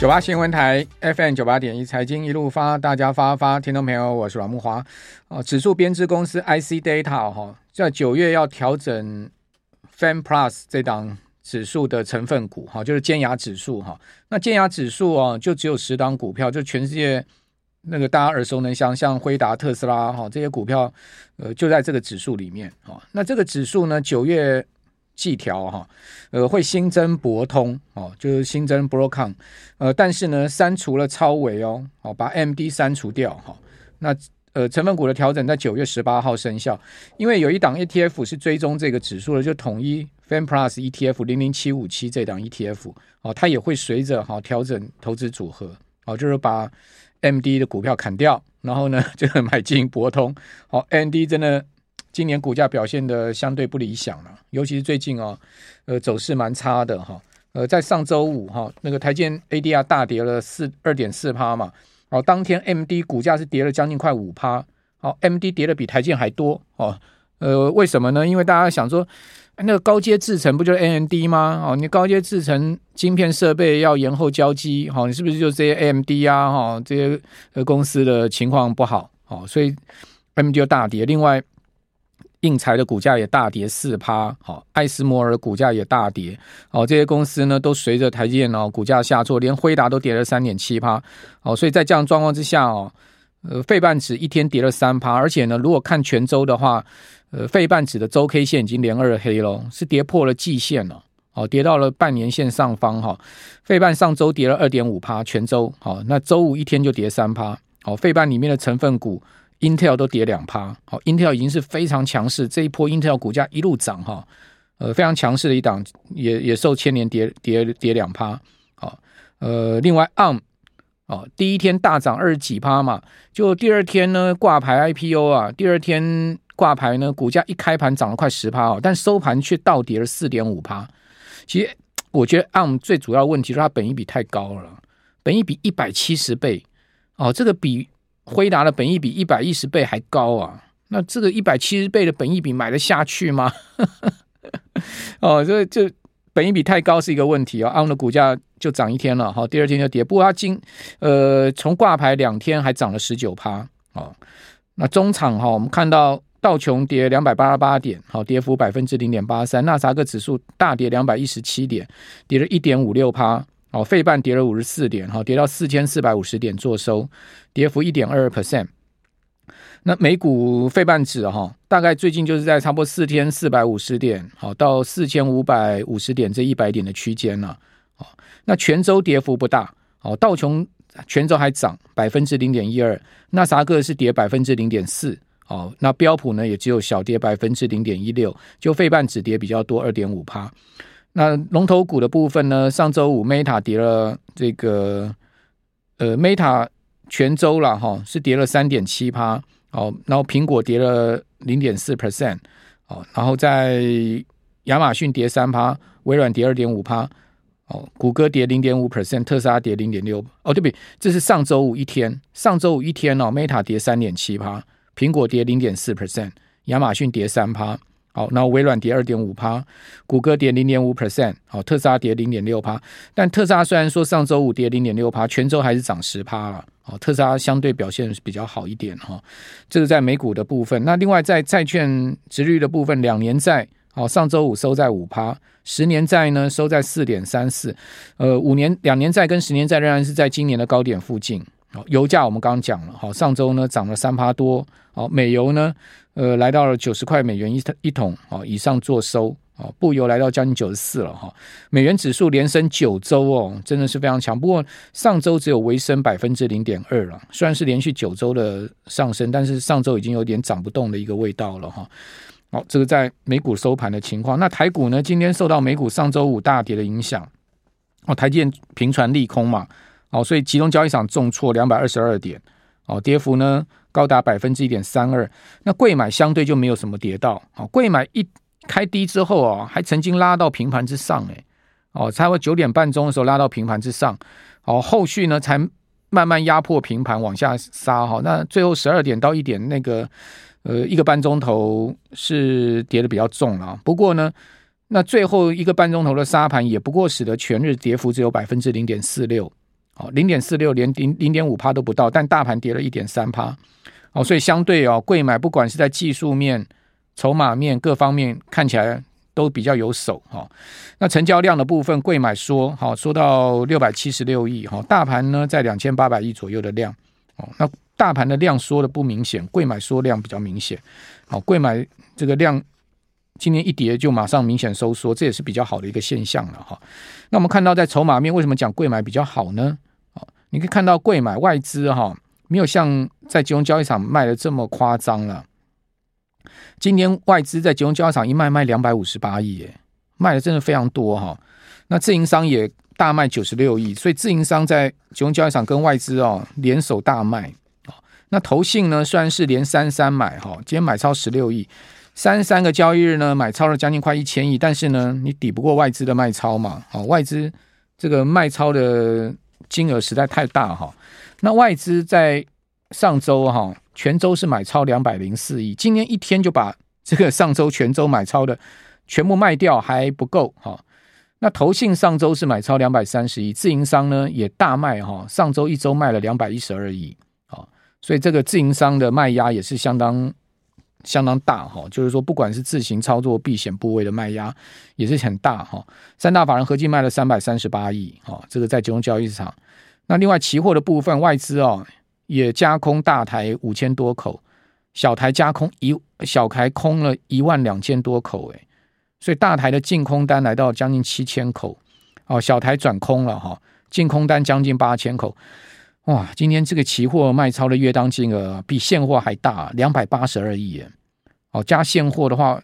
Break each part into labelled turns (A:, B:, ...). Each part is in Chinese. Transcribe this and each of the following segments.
A: 98新闻台 FM 98.1财经一路发，大家发，听众朋友，我是阮慕骅。指数编制公司 IC Data 在9月要调整 FANG+ 这档指数的成分股，就是尖牙指数。那尖牙指数就只有10档股票，就全世界那个大家耳熟能详，像辉达、特斯拉这些股票，就在这个指数里面。那这个指数呢，9月季调会新增博通就是新增 Broadcom，但是呢删除了超微把 AMD 删除掉那成分股的调整在9月18号生效，因为有一档 ETF 是追踪这个指数的，就统一 FANG+ ETF 00757这档 ETF 它也会随着调整投资组合就是把 AMD 的股票砍掉，然后呢就买进博通AMD 真的今年股价表现的相对不理想了，尤其是最近走势蛮差的在上周五那个台积电 ADR 大跌了 2.4% 嘛当天 AMD 股价是跌了将近快 5% AMD 跌的比台积电还多为什么呢？因为大家想说那个高阶制程不就是 AMD 吗你高阶制程晶片设备要延后交机你是不是就这些 AMD 这些公司的情况不好所以 AMD 就大跌。另外应材的股价也大跌 4%， 艾斯摩尔的股价也大跌这些公司呢都随着台积电股价下挫，连辉达都跌了 3.7%所以在这样状况之下费半指一天跌了 3%， 而且呢如果看全周的话费半指的周 K 线已经连2黑了，是跌破了季线了跌到了半年线上方费半上周跌了 2.5% 全周那周五一天就跌 3% 费半里面的成分股Intel 都跌 2%， Intel 已经是非常强势，这一波 Intel 股价一路涨非常强势的一档，也受牵连跌 2%另外 ARM第一天大涨20几%嘛，就第二天呢挂牌 IPO第二天挂牌呢股价一开盘涨了快 10% 但收盘却倒跌了 4.5%。 其实我觉得 ARM 最主要问题是它本益比太高了，本益比170倍这个比辉达的本益比110倍还高那这个170倍的本益比买得下去吗？这本益比太高是一个问题ARM 的股价就涨一天了第二天就跌，不过它从挂牌2天还涨了 19% 那中场我们看到道琼跌288点跌幅 0.83%， 纳斯达克指数大跌217点，跌了 1.56%费半跌了54点跌到4450点做收，跌幅 1.22%。 那美股费半指大概最近就是在差不多4450点到4550点这100点的区间那全周跌幅不大道琼全周还涨 0.12%， 纳斯达克是跌 0.4%那标普呢也只有小跌 0.16%， 就费半指跌比较多 2.5%。那龙头股的部分呢，上周五 Meta 跌了这个Meta 全周啦是跌了 3.7%然后苹果跌了 0.4% 然后在亚马逊跌 3%， 微软跌 2.5%谷歌跌 0.5%， 特斯拉跌 0.6%对不起，这是上周五一天Meta 跌 3.7%， 苹果跌 0.4%， 亚马逊跌 3%然后微软跌 2.5%， 谷歌跌 0.5%， 特斯拉跌 0.6%， 但特斯拉虽然说上周五跌 0.6%， 全周还是涨 10% 了特斯拉相对表现比较好一点这是在美股的部分。那另外在债券殖利率的部分，2年债上周五收在 5%， 10年债呢收在 4.34%， 2年债跟10年债仍然是在今年的高点附近油价我们刚刚讲了上周呢涨了 3% 多美油呢来到了90块美元一桶以上做收布油来到将近94了美元指数连升9周真的是非常强。不过上周只有微升 0.2% 了，虽然是连续9周的上升，但是上周已经有点涨不动的一个味道了这个在美股收盘的情况。那台股呢今天受到美股上周五大跌的影响台积电频传利空嘛所以集中交易场重挫222点跌幅呢高达 1.32%。 那柜买相对就没有什么跌到柜买一开低之后还曾经拉到平盘之上才会9点半钟的时候拉到平盘之上后续呢才慢慢压迫平盘往下杀那最后12点到1点那个一个半钟头是跌得比较重了。不过呢那最后一个半钟头的杀盘也不过使得全日跌幅只有 0.46% 0.46连0.5%都不到，但大盘跌了 1.3%。所以相对贵买不管是在技术面、筹码面各方面看起来都比较有手。那成交量的部分，贵买说到676亿，大盘呢在2800亿左右的量。那大盘的量缩的不明显，贵买缩量比较明显。贵买这个量今天一跌就马上明显收缩，这也是比较好的一个现象了。那我们看到在筹码面，为什么讲贵买比较好呢？你可以看到贵买外资没有像在集中交易场卖的这么夸张了。今天外资在集中交易场一卖258亿耶，卖的真的非常多。那自营商也大卖96亿，所以自营商在集中交易场跟外资联手大卖。那投信呢，虽然是连33买，今天买超16亿，33个交易日呢买超了将近快1000亿，但是呢你抵不过外资的卖超嘛。外资这个卖超的金额实在太大。那外资在上周全周是买超204亿，今天一天就把这个上周全周买超的全部卖掉还不够。那投信上周是买超230亿，自营商呢也大卖，上周一周卖了212亿。所以这个自营商的卖压也是相当大，就是说不管是自行操作避险部位的卖压也是很大。三大法人合计卖了338亿，这个在集中交易市场。那另外期货的部分，外资也加空大台5000多口，小台空了12000多口，所以大台的净空单来到将近7000口，小台转空了，净空单将近8000口。哇，今天这个期货卖超的约当金额比现货还大，282亿耶。加现货的话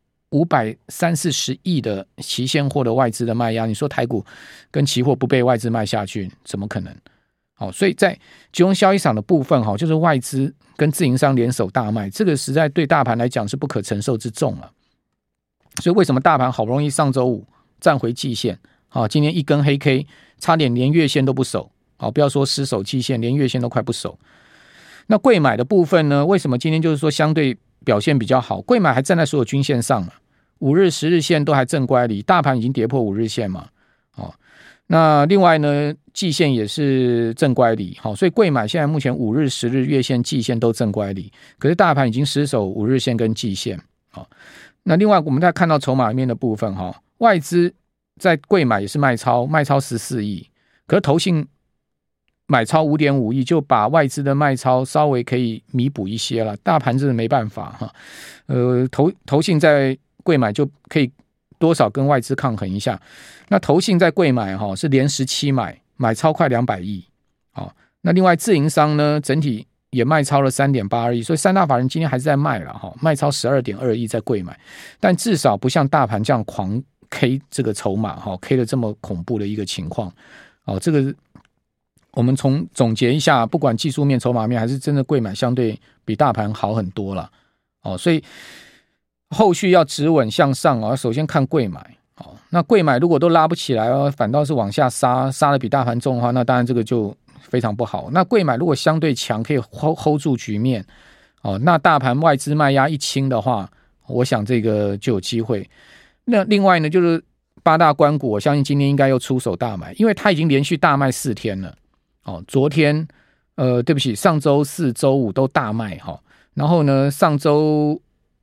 A: 530-40亿的期现货的外资的卖压，你说台股跟期货不被外资卖下去怎么可能？所以在集中交易场的部分就是外资跟自营商联手大卖，这个实在对大盘来讲是不可承受之重了。所以为什么大盘好不容易上周五站回季线，今天一根黑 K 差点连月线都不守，不要说失守季线，连月线都快不守。那贵买的部分呢，为什么今天就是说相对表现比较好？贵买还站在所有均线上了，5日10日线都还正乖离，大盘已经跌破5日线嘛。那另外呢，季线也是正乖离，所以贵买现在目前5日10日月线季线都正乖离，可是大盘已经失守5日线跟季线。那另外我们再看到筹码面的部分，外资在贵买也是卖超14亿，可是投信买超 5.5 亿，就把外资的卖超稍微可以弥补一些了，大盘真的没办法。投信在贵买就可以多少跟外资抗衡一下。那投信在贵买是连17买超快200亿。那另外自营商呢，整体也卖超了 3.82 亿，所以三大法人今天还是在卖了，卖超 12.2 亿在贵买，但至少不像大盘这样狂 K 这个筹码 K 了这么恐怖的一个情况。这个我们总结一下，不管技术面筹码面还是真的贵买相对比大盘好很多了。所以后续要止稳向上，首先看贵买。那贵买如果都拉不起来，反倒是往下杀的比大盘重的话，那当然这个就非常不好。那贵买如果相对强，可以 hold 住局面，那大盘外资卖压一轻的话，我想这个就有机会。那另外呢，就是八大官股，我相信今天应该又出手大买，因为它已经连续大卖4天了。昨天对不起，上周4周5都大卖，然后呢上周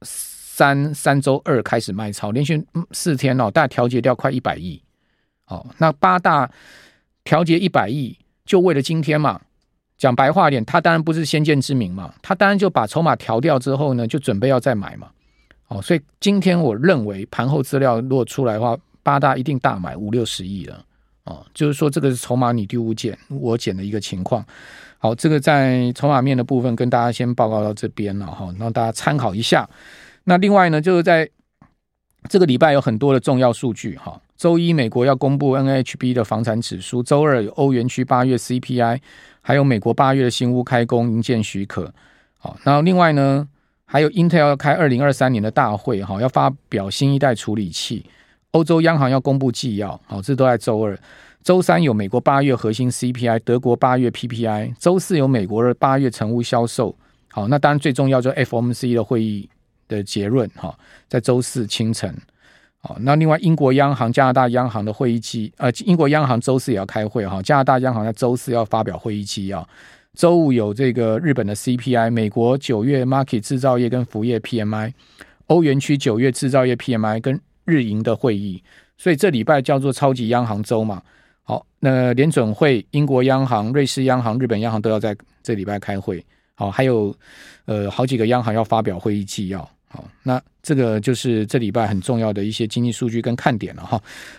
A: 3周2开始卖超，连续4天大概调节掉快100亿。那八大调节100亿就为了今天嘛，讲白话点，他当然不是先见之明嘛，他当然就把筹码调掉之后呢，就准备要再买嘛。所以今天我认为盘后资料如果出来的话，八大一定大买50-60亿了。就是说这个是筹码你丢我捡的一个情况。好，这个在筹码面的部分跟大家先报告到这边了，让大家参考一下。那另外呢，就是在这个礼拜有很多的重要数据。周一美国要公布 NHB 的房产指数，周二有欧元区8月 CPI， 还有美国8月的新屋开工营建许可。那另外呢，还有 Intel 要开2023年的大会，要发表新一代处理器。欧洲央行要公布纪要，这都在周二。周三有美国8月核心 CPI， 德国8月 PPI， 周四有美国的8月成屋销售。那当然最重要就是 FOMC 的会议的结论，在周四清晨。 好，那另外英国央行、加拿大央行的会议纪，英国央行周四也要开会哈，加拿大央行在周四要发表会议纪要，周五有这个日本的 CPI， 美国9月 market 制造业跟服务业 PMI， 欧元区9月制造业 PMI 跟日银的会议，所以这礼拜叫做超级央行周嘛。好，那联准会、英国央行、瑞士央行、日本央行都要在这礼拜开会。好，还有好几个央行要发表会议纪要。好，那这个就是这礼拜很重要的一些经济数据跟看点了哈。